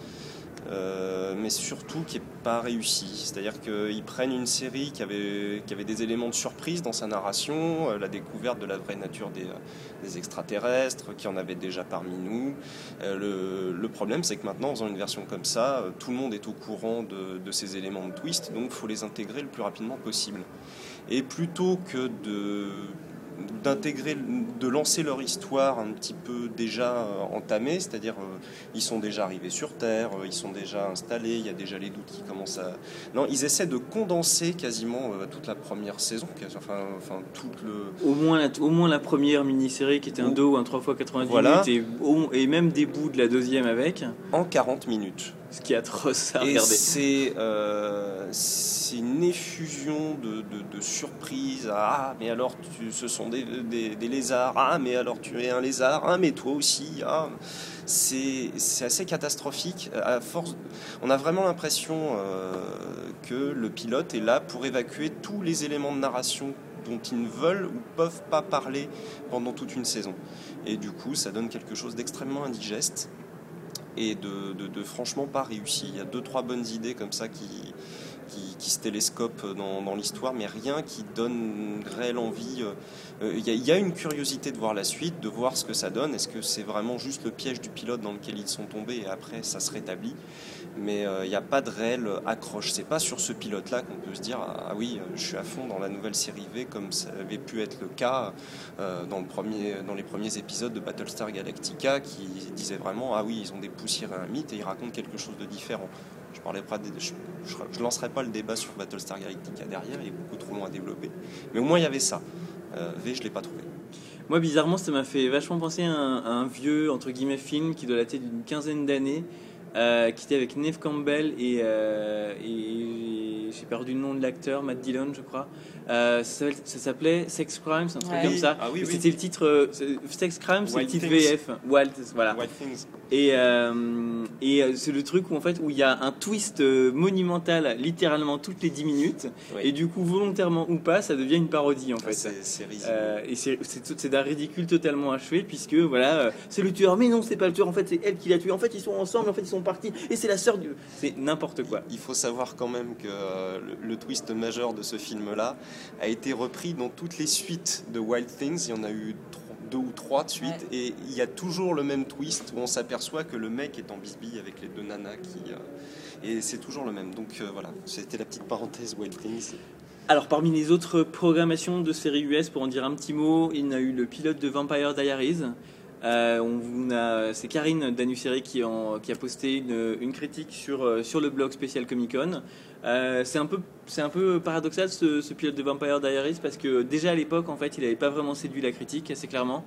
euh, mais surtout qui n'est pas réussi. C'est-à-dire qu'ils prennent une série qui avait, qui avait des éléments de surprise dans sa narration, euh, la découverte de la vraie nature des, des extraterrestres, qui en avait déjà parmi nous. Euh, le, le problème, c'est que maintenant, en faisant une version comme ça, euh, tout le monde est au courant de, de ces éléments de twist, donc il faut les intégrer le plus rapidement possible. Et plutôt que de... d'intégrer, de lancer leur histoire un petit peu déjà euh, entamée, c'est-à-dire euh, ils sont déjà arrivés sur Terre, euh, ils sont déjà installés, il y a déjà les doutes qui commencent à... Non, ils essaient de condenser quasiment euh, toute la première saison, enfin, enfin tout le... Au moins, la, au moins la première mini-série qui était un deux ou un trois fois quatre-vingt-dix Voilà. minutes et, au- et même des bouts de la deuxième avec. En quarante minutes. ce qui est atroce à Et regarder. c'est, euh, c'est une effusion de, de, de surprises. Ah, mais alors tu, ce sont des, des, des lézards. Ah, mais alors tu es un lézard. Ah, mais toi aussi. Ah. C'est, c'est assez catastrophique. À force, on a vraiment l'impression euh, que le pilote est là pour évacuer tous les éléments de narration dont ils ne veulent ou peuvent pas parler pendant toute une saison. Et du coup, ça donne quelque chose d'extrêmement indigeste et de, de, de franchement pas réussi. Il y a deux, trois bonnes idées comme ça qui, qui, qui se télescopent dans, dans l'histoire, mais rien qui donne une réelle envie. Euh, il, y a, il y a une curiosité de voir la suite, de voir ce que ça donne. Est-ce que c'est vraiment juste le piège du pilote dans lequel ils sont tombés et après ça se rétablit? Mais euh, il n'y a pas de réelle accroche. C'est pas sur ce pilote-là qu'on peut se dire ah oui, je suis à fond dans la nouvelle série V, comme ça avait pu être le cas euh, dans, le premier, dans les premiers épisodes de Battlestar Galactica, qui disaient vraiment ah oui, ils ont dépoussiéré un mythe et ils racontent quelque chose de différent. Je parlerai pas de, je, je, je lancerai pas le débat sur Battlestar Galactica derrière, il est beaucoup trop long à développer. Mais au moins il y avait ça. Euh, V, je l'ai pas trouvé. Moi, bizarrement, ça m'a fait vachement penser à un, à un vieux entre guillemets film qui doit dater d'une quinzaine d'années. Euh, qui était avec Neve Campbell et, euh, et j'ai perdu le nom de l'acteur, Matt Dillon je crois. Euh, ça, ça s'appelait Sex Crimes, un truc ouais. comme ça. Ah, oui, c'était oui. le titre euh, Sex Crimes, c'est le titre Things. V F. Wild, voilà. Wild Things. Et, euh, et c'est le truc où en fait où il y a un twist monumental littéralement toutes les dix minutes Oui. et du coup volontairement ou pas ça devient une parodie en fait. C'est, c'est risible. Euh, et c'est, c'est, c'est d'un ridicule totalement achevé puisque voilà euh, c'est le tueur mais non c'est pas le tueur en fait c'est elle qui l'a tué en fait ils sont ensemble en fait ils sont partis et c'est la sœur du c'est n'importe quoi. Il faut savoir quand même que euh, le, le twist majeur de ce film-là a été repris dans toutes les suites de Wild Things. Il y en a eu trois, deux ou trois de suite Ouais. et il y a toujours le même twist où on s'aperçoit que le mec est en bisbille avec les deux nanas qui euh, et c'est toujours le même. Donc euh, voilà, c'était la petite parenthèse Wild Things. Alors parmi les autres programmations de séries U S pour en dire un petit mot, il y a eu le pilote de Vampire Diaries. Euh, on a, c'est Karine Danuseri qui, en, qui a posté une, une critique sur, sur le blog spécial Comic Con. Euh, c'est, un peu, c'est un peu paradoxal ce, ce pilote de Vampire Diaries parce que déjà à l'époque en fait il n'avait pas vraiment séduit la critique assez clairement.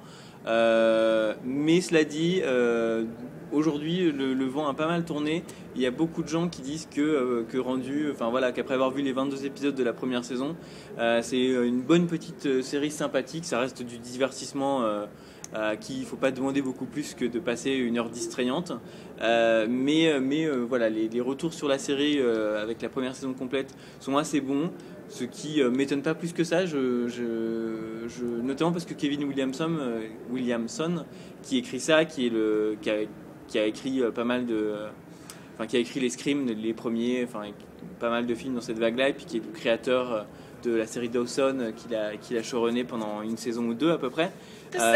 Euh, mais cela dit, euh, aujourd'hui le, le vent a pas mal tourné. Il y a beaucoup de gens qui disent que, euh, que rendu, enfin voilà, qu'après avoir vu les vingt-deux épisodes de la première saison, euh, c'est une bonne petite série sympathique. Ça reste du divertissement. Euh, à qui il ne faut pas demander beaucoup plus que de passer une heure distrayante. Euh, mais mais euh, voilà, les, les retours sur la série euh, avec la première saison complète sont assez bons, ce qui ne euh, m'étonne pas plus que ça, je, je, je, notamment parce que Kevin Williamson, euh, Williamson, qui écrit ça, qui, est le, qui, a, qui a écrit euh, pas mal de... Euh, enfin, qui a écrit les Scream, les premiers, enfin, pas mal de films dans cette vague-là, et puis qui est le créateur... Euh, de la série Dawson qu'il a, qu'il a showrunné pendant une saison ou deux à peu près. Euh,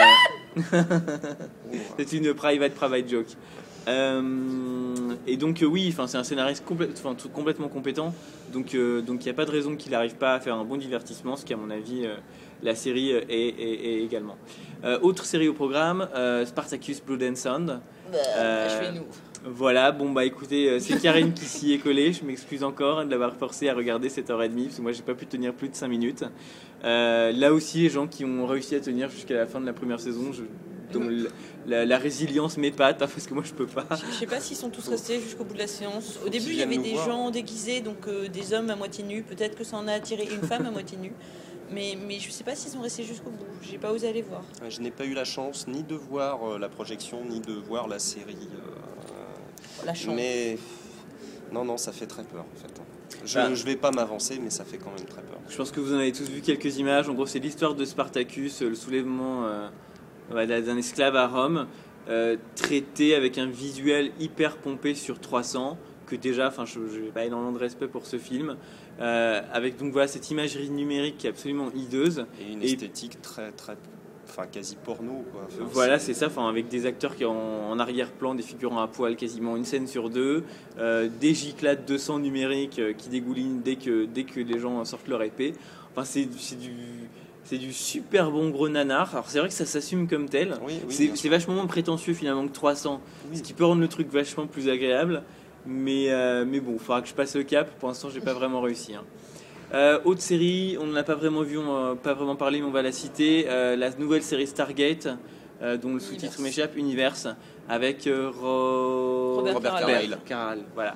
c'est une private private joke. Euh, et donc euh, oui, enfin c'est un scénariste complè- enfin, tout, complètement compétent. Donc euh, donc il n'y a pas de raison qu'il n'arrive pas à faire un bon divertissement, ce qui à mon avis euh, la série est, est, est également. Euh, autre série au programme, euh, Spartacus Blood and Sand. Euh, je fais nous. Voilà, bon bah écoutez, c'est Karine qui s'y est collée, je m'excuse encore de l'avoir forcé à regarder sept heures trente parce que moi j'ai pas pu tenir plus de cinq minutes. Euh, là aussi, les gens qui ont réussi à tenir jusqu'à la fin de la première saison, je, donc la, la résilience m'épate, hein, parce que moi je peux pas. Je sais pas s'ils sont tous restés jusqu'au bout de la séance. Au début, il y avait des gens déguisés, donc euh, des hommes à moitié nus, peut-être que ça en a attiré une femme à moitié nue. Mais, mais je sais pas s'ils sont restés jusqu'au bout, j'ai pas osé aller voir. Je n'ai pas eu la chance ni de voir euh, la projection, ni de voir la série. Euh, La chance. Mais non, non, ça fait très peur en fait. Je, Ah. je vais pas m'avancer, mais ça fait quand même très peur. Je pense que vous en avez tous vu quelques images. En gros, c'est l'histoire de Spartacus, le soulèvement euh, d'un esclave à Rome, euh, traité avec un visuel hyper pompé sur trois cents. Que déjà, enfin, je n'ai pas énormément de respect pour ce film, euh, avec donc voilà cette imagerie numérique qui est absolument hideuse. Et une Et- esthétique très, très, enfin quasi porno quoi. Enfin, Voilà, c'est ça, enfin, avec des acteurs qui ont en arrière-plan des figurants à poil quasiment une scène sur deux, euh, des giclades de sang numérique euh, qui dégoulinent dès que, dès que les gens sortent leur épée. Enfin, c'est, c'est, du, c'est du super bon gros nanar. Alors, c'est vrai que ça s'assume comme tel. Oui, oui, c'est, bien c'est sûr. vachement moins prétentieux finalement que trois cents, Oui. ce qui peut rendre le truc vachement plus agréable. Mais, euh, mais bon, il faudra que je passe le cap. Pour l'instant, j'ai pas vraiment réussi. Hein. Euh, autre série, on ne l'a pas vraiment vu, on n'a pas vraiment parlé, mais on va la citer. Euh, la nouvelle série Stargate, euh, dont le sous-titre m'échappe, Universe, avec euh, Ro... Robert Robert Carlyle. Carlyle. Carlyle, voilà.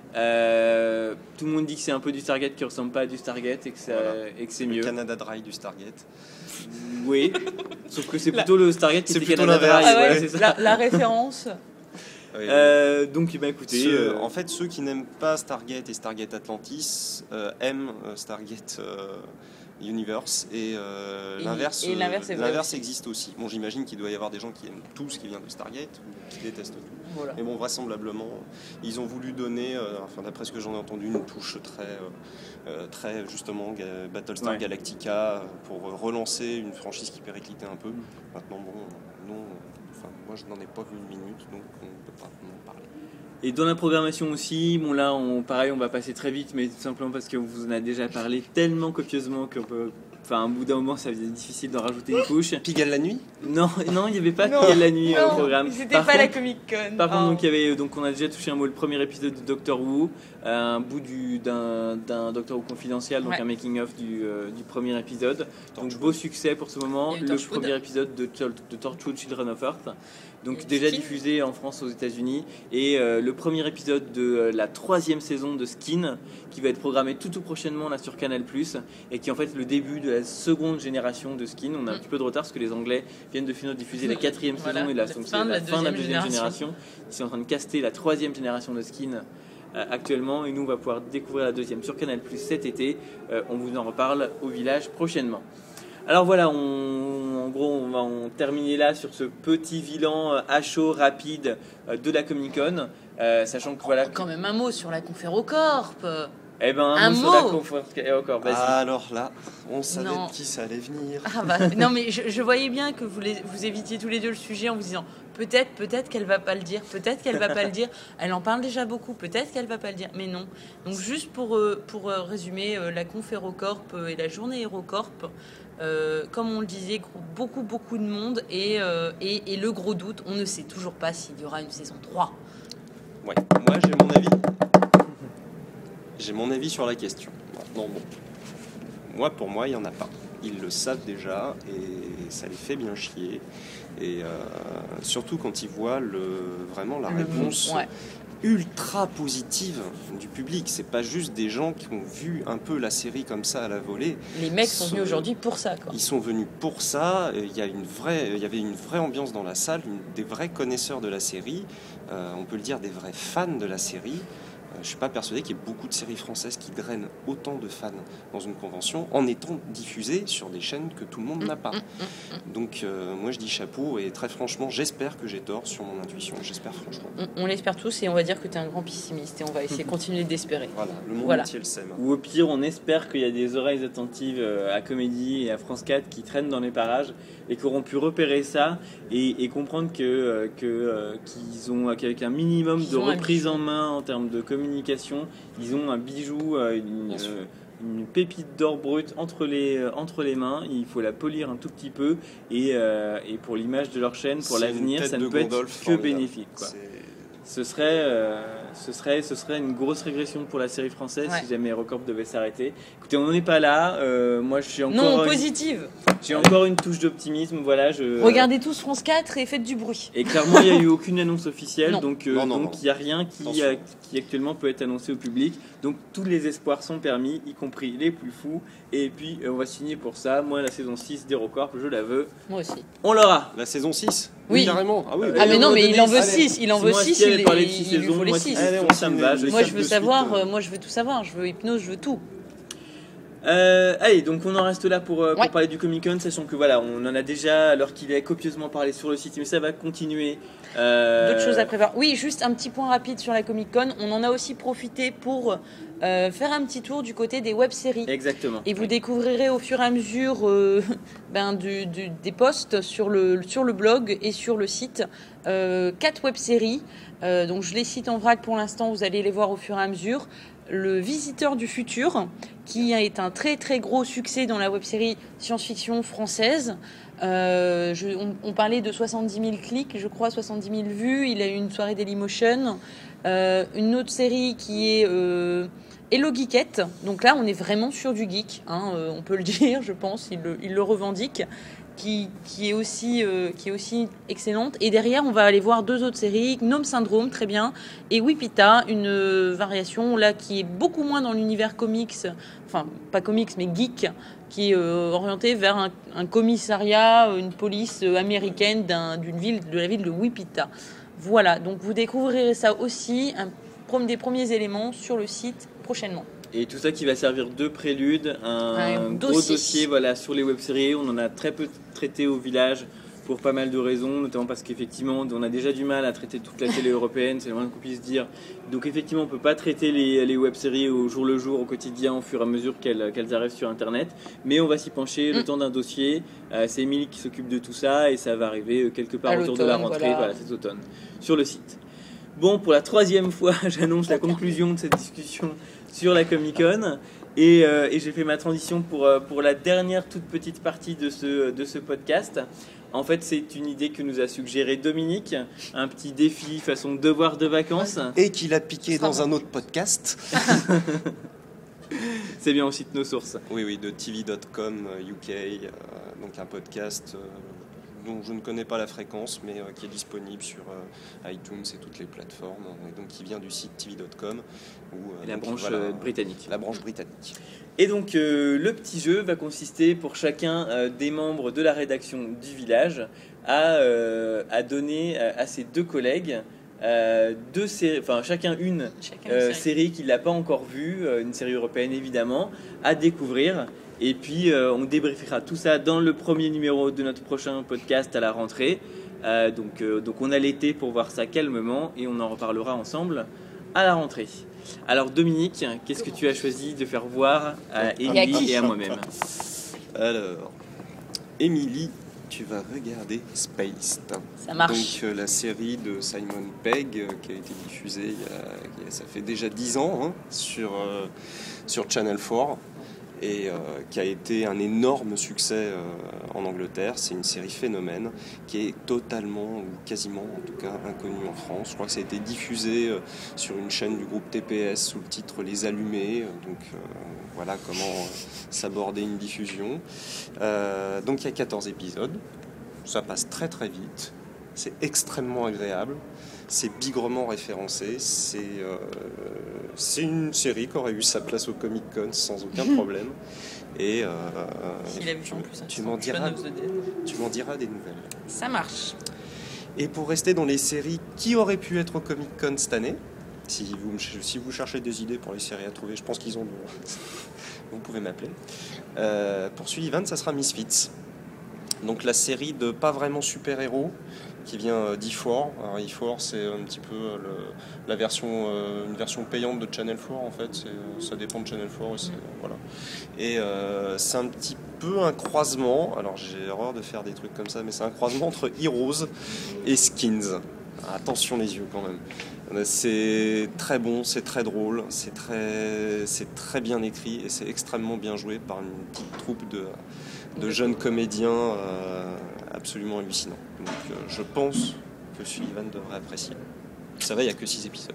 Euh, tout le monde dit que c'est un peu du Stargate qui ressemble pas à du Stargate et que, ça, Voilà. et que c'est Le mieux. Canada Dry du Stargate. Oui, sauf que c'est plutôt le Stargate qui C'est était plutôt Canada l'inverse. Dry, Ah ouais, voilà, c'est ça. la, la référence. Oui, Euh, donc, bah, écoutez, Ceux- euh, En fait, ceux qui n'aiment pas Stargate et Stargate Atlantis euh, aiment euh, Stargate euh, Universe et, euh, Et- l'inverse. et l'inverse est vrai l'inverse aussi. existe aussi. Bon, j'imagine qu'il doit y avoir des gens qui aiment tout ce qui vient de Stargate ou qui détestent tout. Voilà. Mais bon, vraisemblablement, ils ont voulu donner, euh, enfin d'après ce que j'en ai entendu, une touche très, euh, euh, très justement ga- Battlestar Ouais. Galactica euh, pour relancer une franchise qui périclitait un peu. Maintenant, bon, non, enfin moi je n'en ai pas vu une minute, donc on ne peut pas en parler. et dans la programmation aussi, bon là, on, pareil, on va passer très vite, mais tout simplement parce qu'on vous en a déjà parlé tellement copieusement qu'on peut... Enfin, un bout d'un moment, ça faisait difficile d'en rajouter une couche. Pigalle la nuit. Non, non, il n'y avait pas Non, Pigalle la nuit euh, au Non, programme. c'était Par pas la contre- Comic Con. Par contre, Oh. donc, il y avait, donc, on a déjà touché un mot, le premier épisode de Doctor Who, euh, un bout du, d'un, d'un Doctor Who confidentiel, donc Ouais. un making-of du, euh, du premier épisode. Donc Torchwood. beau succès pour ce moment, Il y a eu le Torchwood. premier épisode de, Tor- de Torchwood Children of Earth. Il y Donc a déjà Skin. diffusé en France, aux États-Unis, et euh, le premier épisode de euh, la troisième saison de Skin, qui va être programmé tout tout prochainement là sur Canal+, et qui est en fait le début de la seconde génération de Skin. On a un Mm. petit peu de retard parce que les Anglais viennent de finir de diffuser la quatrième Voilà, saison et la, la donc fin c'est de la la fin de la deuxième deuxième génération. génération. Ils sont en train de caster la troisième génération de Skin euh, actuellement, et nous on va pouvoir découvrir la deuxième sur Canal+ cet été. Euh, on vous en reparle au village prochainement. Alors voilà, on, en gros, on va en terminer là sur ce petit bilan euh, à chaud, rapide euh, de la Comic-Con, euh, sachant que voilà. Quand même un mot sur la Conférocorp. Eh ben, un, un mot sur la mot. conférence. Et encore, vas-y. Ah, alors là, on savait Non. de qui ça allait venir. Ah bah, non mais je, je voyais bien que vous, les, vous évitiez tous les deux le sujet en vous disant peut-être, peut-être qu'elle va pas le dire, peut-être qu'elle va pas le dire. Elle en parle déjà beaucoup, peut-être qu'elle va pas le dire, mais non. Donc juste pour, euh, pour euh, résumer, euh, la Conférocorp euh, et la journée Hérocorp, euh, comme on le disait, gros- beaucoup beaucoup de monde et, euh, et, et le gros doute, on ne sait toujours pas s'il y aura une saison trois. Ouais, moi j'ai mon avis. J'ai mon avis sur la question. Maintenant, bon. Moi, pour moi, il n'y en a pas. Ils le savent déjà et ça les fait bien chier. Et euh, surtout quand ils voient le, vraiment la Le- réponse ouais. ultra positive du public. C'est pas juste des gens qui ont vu un peu la série comme ça à la volée. Les mecs sont Ce- venus aujourd'hui pour ça, quoi. Ils sont venus pour ça. Il y a une vraie, il y avait une vraie ambiance dans la salle, une- des vrais connaisseurs de la série. Euh, on peut le dire, des vrais fans de la série. Euh, je ne suis pas persuadé qu'il y ait beaucoup de séries françaises qui drainent autant de fans dans une convention en étant diffusées sur des chaînes que tout le monde n'a pas. Donc euh, moi je dis chapeau et très franchement j'espère que j'ai tort sur mon intuition. J'espère franchement. On, on l'espère tous et on va dire que tu es un grand pessimiste et on va essayer de continuer d'espérer. Voilà, le monde Voilà. entier le sait. Ou au pire, on espère qu'il y a des oreilles attentives euh, à Comédie et à France quatre qui traînent dans les parages et qui auront pu repérer ça et, et comprendre que, euh, que, euh, qu'ils ont, qu'avec un minimum Qu'ils de ont un reprise bijou. en main en termes de communication, ils ont un bijou, euh, une, Bien sûr. euh, une pépite d'or brut entre les, euh, entre les mains. Il faut la polir un tout petit peu et, euh, et pour l'image de leur chaîne, pour C'est l'avenir, une tête ça ne de peut être Gondolf que formidable. bénéfique, quoi. C'est- Ce serait, euh, ce, serait, ce serait une grosse régression pour la série française Ouais. si jamais Hérocorp devait s'arrêter. Écoutez, on n'en est pas là. Euh, moi, je suis encore, Non, une, positive. j'ai encore une touche d'optimisme. Voilà, je, Regardez tous France quatre et faites du bruit. Et clairement, il n'y a eu aucune annonce officielle. Non. Donc, euh, Non, non, donc non. il n'y a rien qui, Attention. euh, qui actuellement peut être annoncé au public. Donc, tous les espoirs sont permis, y compris les plus fous. Et puis, euh, on va signer pour ça. Moi, la saison six d'Hérocorp, je la veux. Moi aussi. On l'aura. La saison six. Oui. Carrément. Ah oui. Ah, Ah mais non, mais il en veut Allez. six. Il en veut Simon six. Astier Il, avait parlé de il- six il lui saisons, faut les moi, six. six Allez, saisons, on ça me signe. va. Je Moi, je veux de savoir. suite, euh, euh, moi, je veux tout savoir. Je veux hypnose. Je veux tout. Euh, allez, donc on en reste là pour, euh, pour Ouais. parler du Comic Con, sachant que voilà, on en a déjà, alors qu'il est copieusement parlé sur le site, mais ça va continuer. Euh, D'autres choses à prévoir. Oui, juste un petit point rapide sur la Comic Con. On en a aussi profité pour euh, faire un petit tour du côté des web-séries. Exactement. Et vous découvrirez au fur et à mesure euh, ben, du, du- des posts sur le, sur le blog et sur le site euh, quatre web-séries. Euh, donc je les cite en vrac pour l'instant, vous allez les voir au fur et à mesure. Le Visiteur du futur, qui est un très très gros succès dans la web-série science-fiction française. Euh, je- on, on parlait de soixante-dix mille clics, je crois, soixante-dix mille vues. Il a eu une soirée Dailymotion. Euh, une autre série qui est euh, Hello Geekette. Donc là, on est vraiment sur du geek, hein, euh, on peut le dire, je pense. Il le, il le revendique. qui, qui, est aussi, euh, qui est aussi excellente. Et derrière, on va aller voir deux autres séries, Gnome Syndrome, très bien, et Whippita, une euh, variation là qui est beaucoup moins dans l'univers comics, enfin pas comics mais geek, qui est euh, orientée vers un, un commissariat, une police américaine d'un, d'une ville, de la ville de Whippita. Voilà, donc vous découvrirez ça aussi, un, des premiers éléments sur le site prochainement. Et tout ça qui va servir de prélude, un, un gros dossier, dossier voilà, sur les web-séries. On en a très peu traité au village pour pas mal de raisons, notamment parce qu'effectivement, on a déjà du mal à traiter toute la télé européenne, c'est le moins qu'on puisse dire. Donc effectivement, on ne peut pas traiter les, les web-séries au jour le jour, au quotidien, au fur et à mesure qu'elles, qu'elles arrivent sur Internet. Mais on va s'y pencher le mmh. temps d'un dossier. Euh, c'est Émilie qui s'occupe de tout ça et ça va arriver quelque part à autour de la rentrée, voilà. Voilà, cet automne, sur le site. Bon, pour la troisième fois, j'annonce la conclusion de cette discussion sur la Comic-Con et, euh, et j'ai fait ma transition pour, euh, pour la dernière toute petite partie de ce, de ce podcast. En fait, c'est une idée que nous a suggéré Dominique, un petit défi façon devoir de vacances. Et qu'il a piqué dans un autre podcast. C'est bien, on cite nos sources. Oui, oui, de T V point com U K, euh, donc un podcast euh, dont je ne connais pas la fréquence, mais euh, qui est disponible sur euh, iTunes et toutes les plateformes, et donc qui vient du site T V point com. Où, euh, la donc, branche voilà, euh, britannique. La branche britannique. Et donc euh, le petit jeu va consister pour chacun euh, des membres de la rédaction du village à, euh, à donner euh, à ses deux collègues euh, deux séries, enfin chacun une chacun euh, une série. série qu'il n'a pas encore vue, euh, une série européenne évidemment, à découvrir. Et puis euh, on débriefera tout ça dans le premier numéro de notre prochain podcast à la rentrée. Euh, donc, euh, donc on a l'été pour voir ça calmement et on en reparlera ensemble à la rentrée. Alors Dominique, qu'est-ce que tu as choisi de faire voir à Émilie et à moi-même? Alors, Émilie, tu vas regarder Spaced. Ça marche. Donc euh, la série de Simon Pegg euh, qui a été diffusée, il y a, ça fait déjà dix ans hein, sur, euh, sur Channel quatre. Et euh, qui a été un énorme succès euh, en Angleterre. C'est une série phénomène qui est totalement, ou quasiment en tout cas, inconnue en France. Je crois que ça a été diffusé euh, sur une chaîne du groupe T P S sous le titre Les Allumés. Donc euh, voilà comment euh, s'aborder une diffusion. Euh, donc il y a quatorze épisodes. Ça passe très très vite. C'est extrêmement agréable. C'est bigrement référencé. C'est, euh, c'est une série qui aurait eu sa place au Comic Con sans aucun problème. Et euh, S'il a vu tu, en plus, hein, tu, m'en diras, tu m'en diras des nouvelles. Ça marche. Et pour rester dans les séries qui auraient pu être au Comic Con cette année, si vous, si vous cherchez des idées pour les séries à trouver, je pense qu'ils ont. Vous pouvez m'appeler. Euh, pour Sullivan, ça sera Misfits. Donc la série de pas vraiment super-héros qui vient d'E quatre. Alors E quatre, c'est un petit peu le, la version, euh, une version payante de Channel quatre en fait. C'est, ça dépend de Channel quatre. Et c'est, voilà. Et euh, c'est un petit peu un croisement. Alors j'ai horreur de faire des trucs comme ça, mais c'est un croisement entre Heroes et Skins. Attention les yeux quand même. C'est très bon, c'est très drôle, c'est très, c'est très bien écrit et c'est extrêmement bien joué par une petite troupe de, de jeunes comédiens euh, absolument hallucinants. Donc euh, je pense que Sullivan devrait apprécier. Ça va, il n'y a que six épisodes.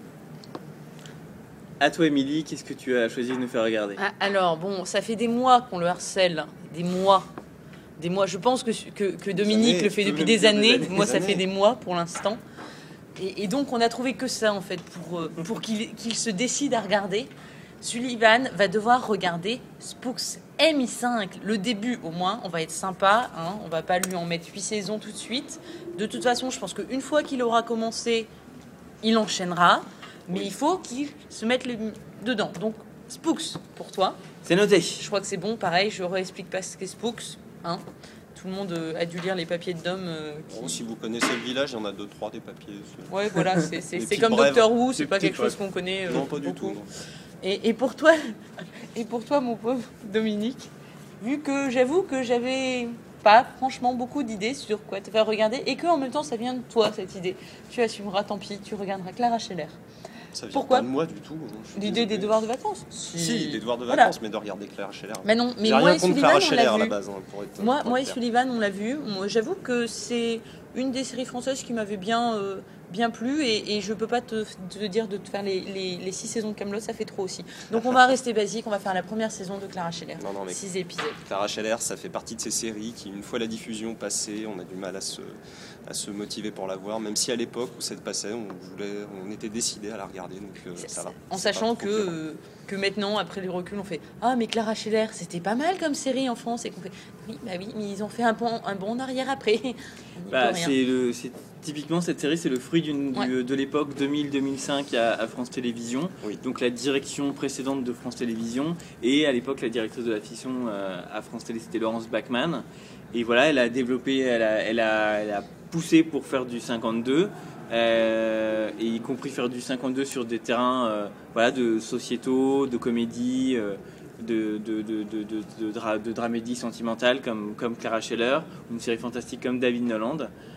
À toi Émilie, qu'est-ce que tu as choisi de nous faire regarder? Ah, alors bon, ça fait des mois qu'on le harcèle, des mois. Des mois. Je pense que, que, que Dominique années, le fait depuis des années. des années. Moi, ça années. fait des mois pour l'instant. Et, et donc, on a trouvé que ça, en fait, pour, pour qu'il, qu'il se décide à regarder. Sullivan va devoir regarder Spooks M I cinq. Le début, au moins, on va être sympa. Hein, on va pas lui en mettre huit saisons tout de suite. De toute façon, je pense qu'une fois qu'il aura commencé, il enchaînera. Mais il faut qu'il se mette le, dedans. Donc, Spooks, pour toi. C'est noté. Je crois que c'est bon. Pareil, je ne réexplique pas ce qu'est Spooks. Hein, tout le monde a dû lire les papiers de Dom. Euh, qui... oh, si vous connaissez le village, il y en a deux, trois des papiers. C'est... Ouais, voilà, c'est, c'est, c'est comme Doctor Who, c'est pas quelque chose qu'on connaît. Euh, non, pas beaucoup. du tout. Non. Et, et pour toi, et pour toi, mon pauvre Dominique, vu que j'avoue que j'avais pas franchement beaucoup d'idées sur quoi te faire regarder, et que en même temps, ça vient de toi cette idée. Tu assumeras, tant pis, tu regarderas Clara Scheller. Ça vient Pourquoi pas de moi du tout. L'idée des devoirs de vacances. Si, si des devoirs de voilà. vacances, mais de regarder Clara Scheller. Mais non, mais j'ai moi rien et contre Sullivan, Clara on Scheller l'a à vu. la base. Hein, pour être, moi, pour moi et faire. Sullivan, on l'a vu. Moi, j'avoue que c'est une des séries françaises qui m'avait bien, euh, bien plu et, et je peux pas te, te dire de te faire les, les, les six saisons de Kaamelott, ça fait trop aussi. Donc on va rester basique, on va faire la première saison de Clara Scheller. Non, non, mais six épisodes. Clara Scheller, ça fait partie de ces séries qui, une fois la diffusion passée, on a du mal à se, à se motiver pour la voir, même si à l'époque où ça passait, on, voulait, on était décidé à la regarder, donc euh, ça va. En sachant que, euh, que maintenant, après les reculs, on fait « Ah, mais Clara Scheller, c'était pas mal comme série en France » et qu'on fait « Oui, bah oui, mais ils ont fait un bon, un bon en arrière après. » Bah, c'est le, c'est, typiquement, cette série, c'est le fruit d'une, Ouais. du, de l'époque deux mille deux mille cinq à, à France Télévisions. Oui. Donc la direction précédente de France Télévisions. Et à l'époque, la directrice de la fiction euh, à France Télé, c'était Laurence Bachmann. Et voilà, elle a développé, elle a, elle a, elle a poussé pour faire du cinquante-deux. Euh, et y compris faire du cinquante-deux sur des terrains euh, voilà, de sociétaux, de comédie, euh, de, de, de, de, de, de, dra- de dramédie sentimentale comme, comme Clara Scheller, une série fantastique comme David Noland.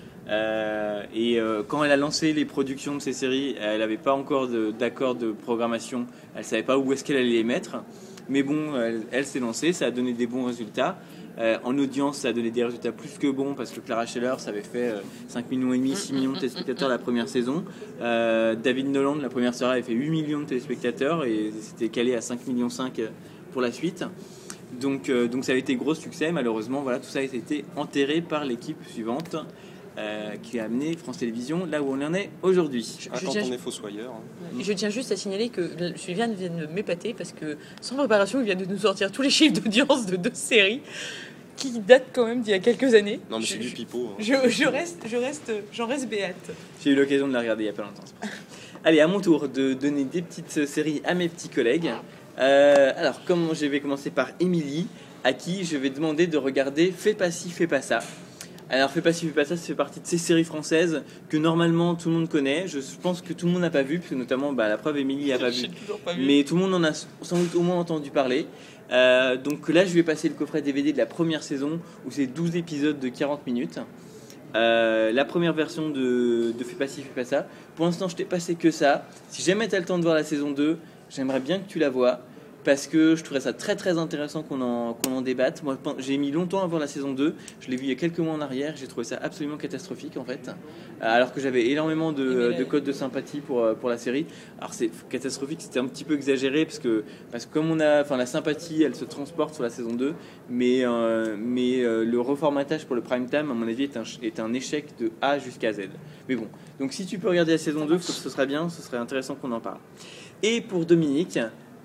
Euh, et euh, quand elle a lancé les productions de ces séries, elle n'avait pas encore de, d'accord de programmation, elle ne savait pas où est-ce qu'elle allait les mettre. Mais bon, elle, elle s'est lancée, ça a donné des bons résultats. Euh, en audience, ça a donné des résultats plus que bons parce que Clara Scheller, ça avait fait euh, cinq millions et demi, six millions de téléspectateurs la première saison. Euh, David Noland, la première série, avait fait huit millions de téléspectateurs et c'était calé à cinq virgule cinq millions pour la suite. Donc, euh, donc ça a été gros succès. Malheureusement, voilà, tout ça a été enterré par l'équipe suivante euh, qui a amené France Télévisions là où on en est aujourd'hui. Ah, Je quand tiens- on est fossoyeur. hein. Je tiens juste à signaler que Sylviane vient de m'épater parce que sans préparation, il vient de nous sortir tous les chiffres d'audience de deux séries qui datent quand même d'il y a quelques années. Non, mais Je- c'est du pipeau. hein. Je, je reste, je reste, j'en reste béate. J'ai eu l'occasion de la regarder il y a pas longtemps. c'est pour ça. Allez, à mon tour de donner des petites séries à mes petits collègues. Euh, alors, comme je vais commencer par Émilie, à qui je vais demander de regarder Fais pas ci, fais pas ça. Alors, Fais pas ci, fais pas ça, ça fait partie de ces séries françaises que normalement tout le monde connaît. Je pense que tout le monde n'a pas vu, parce que notamment, bah, la preuve, Émilie n'a pas vu. J'ai toujours pas vu. Mais tout le monde en a sans doute au moins entendu parler. Euh, donc là, je vais passer le coffret D V D de la première saison, où c'est douze épisodes de quarante minutes. Euh, la première version de, de Fais pas ci, fais pas ça. Pour l'instant, je t'ai passé que ça. Si jamais tu as le temps de voir la saison deux, j'aimerais bien que tu la vois. Parce que je trouverais ça très très intéressant qu'on en, qu'on en débatte. Moi, j'ai mis longtemps à voir la saison deux. Je l'ai vu il y a quelques mois en arrière. J'ai trouvé ça absolument catastrophique en fait. Alors que j'avais énormément de, de codes de sympathie pour, pour la série. Alors c'est catastrophique, c'était un petit peu exagéré parce que, parce que comme on a, enfin la sympathie, elle se transporte sur la saison deux. Mais, euh, mais euh, le reformatage pour le prime time, à mon avis, est un, est un échec de A jusqu'à Z. Mais bon, donc si tu peux regarder la saison deux, ce serait bien, ce serait intéressant qu'on en parle. Et pour Dominique,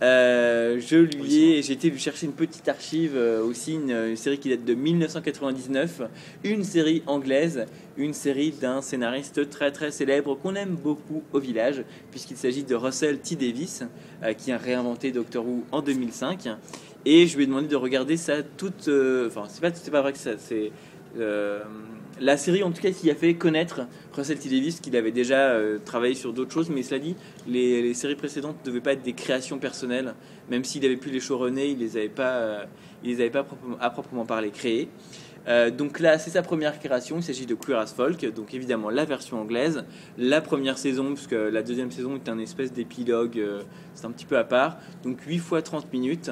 Euh, je lui ai, j'ai été lui chercher une petite archive euh, aussi, une, une série qui date de dix-neuf cent quatre-vingt-dix-neuf, une série anglaise, une série d'un scénariste très très célèbre qu'on aime beaucoup au village, puisqu'il s'agit de Russell T Davies, euh, qui a réinventé Doctor Who en deux mille cinq. Et je lui ai demandé de regarder ça toute, euh, enfin c'est pas c'est pas vrai que ça c'est euh, la série en tout cas qui a fait connaître Russell T Davies, qu'il avait déjà euh, travaillé sur d'autres choses, mais cela dit, les, les séries précédentes ne devaient pas être des créations personnelles, même s'il avait pu les showrunner, il les avait pas, euh, il les avait pas proprement, à proprement parler créées. Euh, donc là, c'est sa première création, il s'agit de Queer as Folk, donc évidemment la version anglaise, la première saison, puisque la deuxième saison est un espèce d'épilogue, euh, c'est un petit peu à part, donc huit fois trente minutes.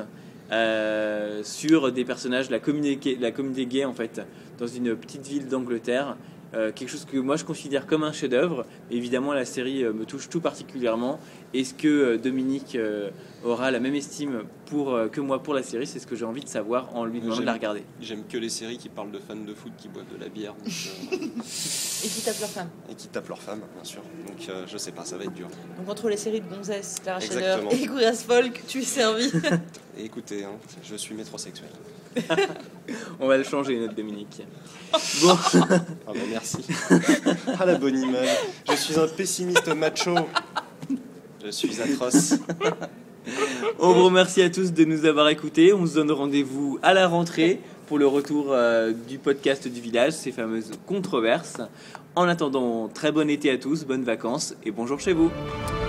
Euh, sur des personnages de la communauté, la communauté gay en fait, dans une petite ville d'Angleterre, euh, quelque chose que moi je considère comme un chef-d'œuvre. Évidemment, la série euh, me touche tout particulièrement. Est-ce que euh, Dominique euh, aura la même estime pour, euh, que moi pour la série? C'est ce que j'ai envie de savoir en lui demandant de la regarder. J'aime que les séries qui parlent de fans de foot qui boivent de la bière donc, euh, Et qui tapent leur femme. et qui tapent leur femme, bien sûr. Donc euh, je sais pas, ça va être dur. Donc entre les séries de Gonzès, Clara Scheller Exactement. et Queer as Folk, tu es servi. Et écoutez, hein, je suis métrosexuel. On va le changer, notre Dominique. Bon, Ah bah merci. Ah la bonne image. Je suis un pessimiste macho. Je suis atroce. on vous remercie à tous de nous avoir écoutés. On se donne rendez-vous à la rentrée pour le retour euh, du podcast du village, ces fameuses controverses. En attendant, très bon été à tous, bonnes vacances et bonjour chez vous.